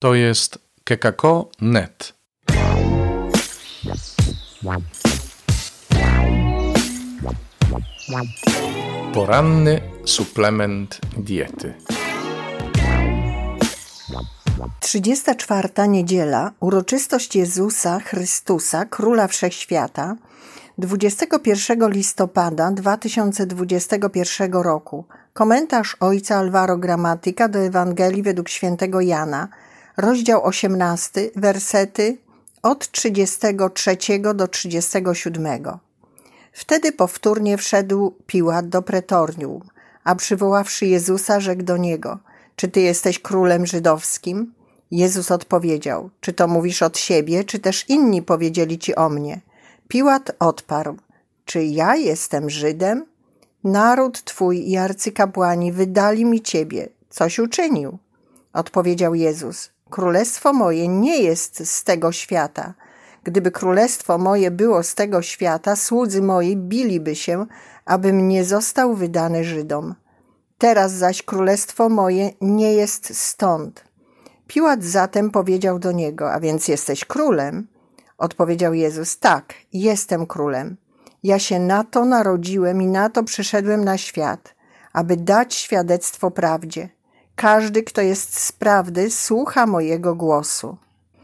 To jest kekako.net. Poranny suplement diety. 34. niedziela, uroczystość Jezusa Chrystusa, Króla Wszechświata, 21 listopada 2021 roku. Komentarz ojca Alvaro Gramatyka do Ewangelii według świętego Jana, rozdział 18, wersety od 33 do 37. Wtedy powtórnie wszedł Piłat do pretorium, a przywoławszy Jezusa, rzekł do niego: czy ty jesteś królem żydowskim? Jezus odpowiedział: czy to mówisz od siebie, czy też inni powiedzieli ci o mnie? Piłat odparł: czy ja jestem Żydem? Naród twój i arcykapłani wydali mi ciebie. Coś uczynił? Odpowiedział Jezus: królestwo moje nie jest z tego świata. Gdyby królestwo moje było z tego świata, słudzy moi biliby się, abym nie został wydany Żydom. Teraz zaś królestwo moje nie jest stąd. Piłat zatem powiedział do niego: a więc jesteś królem? Odpowiedział Jezus: tak, jestem królem. Ja się na to narodziłem i na to przyszedłem na świat, aby dać świadectwo prawdzie. Każdy, kto jest z prawdy, słucha mojego głosu.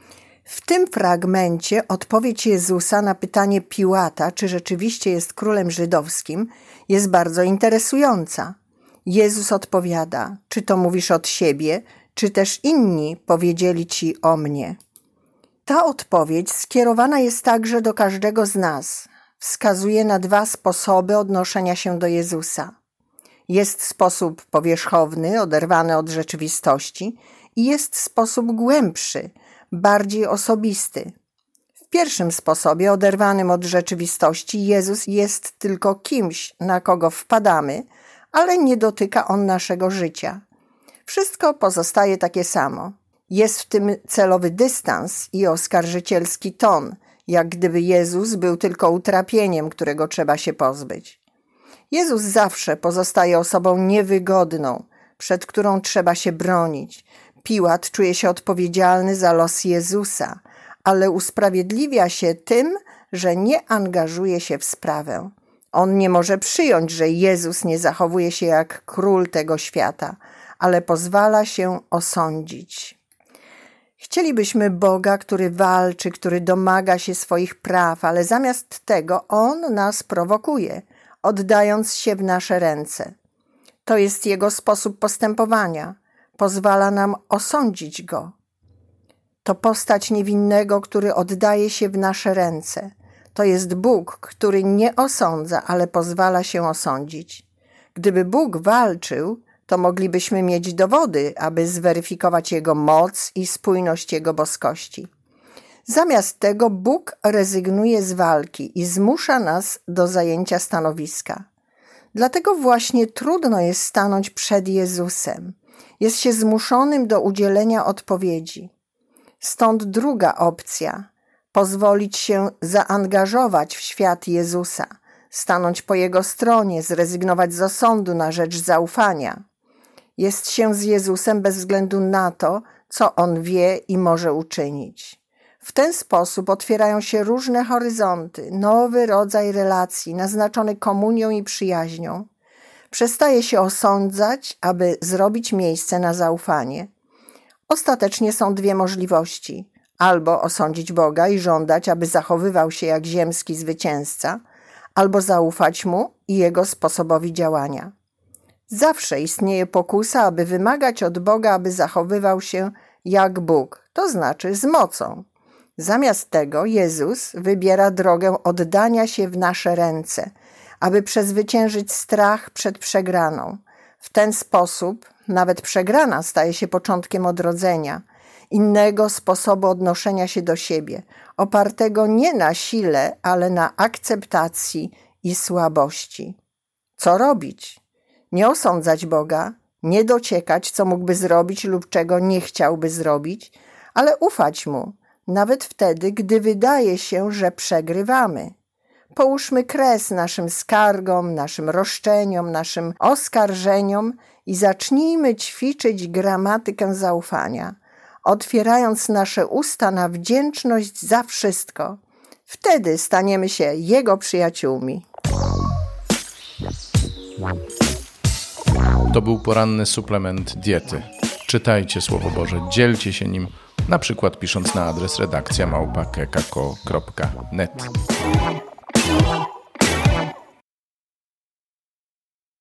W tym fragmencie odpowiedź Jezusa na pytanie Piłata, czy rzeczywiście jest królem żydowskim, jest bardzo interesująca. Jezus odpowiada: czy to mówisz od siebie, czy też inni powiedzieli ci o mnie? Ta odpowiedź skierowana jest także do każdego z nas. Wskazuje na dwa sposoby odnoszenia się do Jezusa. Jest sposób powierzchowny, oderwany od rzeczywistości, i jest sposób głębszy, bardziej osobisty. W pierwszym sposobie, oderwanym od rzeczywistości, Jezus jest tylko kimś, na kogo wpadamy, ale nie dotyka on naszego życia. Wszystko pozostaje takie samo. Jest w tym celowy dystans i oskarżycielski ton, jak gdyby Jezus był tylko utrapieniem, którego trzeba się pozbyć. Jezus zawsze pozostaje osobą niewygodną, przed którą trzeba się bronić. Piłat czuje się odpowiedzialny za los Jezusa, ale usprawiedliwia się tym, że nie angażuje się w sprawę. On nie może przyjąć, że Jezus nie zachowuje się jak król tego świata, ale pozwala się osądzić. Chcielibyśmy Boga, który walczy, który domaga się swoich praw, ale zamiast tego On nas prowokuje, oddając się w nasze ręce. To jest Jego sposób postępowania. Pozwala nam osądzić Go. To postać niewinnego, który oddaje się w nasze ręce. To jest Bóg, który nie osądza, ale pozwala się osądzić. Gdyby Bóg walczył, to moglibyśmy mieć dowody, aby zweryfikować Jego moc i spójność Jego boskości. Zamiast tego Bóg rezygnuje z walki i zmusza nas do zajęcia stanowiska. Dlatego właśnie trudno jest stanąć przed Jezusem. Jest się zmuszonym do udzielenia odpowiedzi. Stąd druga opcja: pozwolić się zaangażować w świat Jezusa, stanąć po Jego stronie, zrezygnować z osądu na rzecz zaufania. Jest się z Jezusem bez względu na to, co On wie i może uczynić. W ten sposób otwierają się różne horyzonty, nowy rodzaj relacji naznaczony komunią i przyjaźnią. Przestaje się osądzać, aby zrobić miejsce na zaufanie. Ostatecznie są dwie możliwości: albo osądzić Boga i żądać, aby zachowywał się jak ziemski zwycięzca, albo zaufać Mu i Jego sposobowi działania. Zawsze istnieje pokusa, aby wymagać od Boga, aby zachowywał się jak Bóg, to znaczy z mocą. Zamiast tego Jezus wybiera drogę oddania się w nasze ręce, aby przezwyciężyć strach przed przegraną. W ten sposób nawet przegrana staje się początkiem odrodzenia, innego sposobu odnoszenia się do siebie, opartego nie na sile, ale na akceptacji i słabości. Co robić? Nie osądzać Boga, nie dociekać, co mógłby zrobić lub czego nie chciałby zrobić, ale ufać Mu, nawet wtedy, gdy wydaje się, że przegrywamy. Połóżmy kres naszym skargom, naszym roszczeniom, naszym oskarżeniom i zacznijmy ćwiczyć gramatykę zaufania. otwierając nasze usta na wdzięczność za wszystko. Wtedy staniemy się Jego przyjaciółmi. To był poranny suplement diety. Czytajcie Słowo Boże, dzielcie się nim, na przykład pisząc na adres redakcja@kekako.net.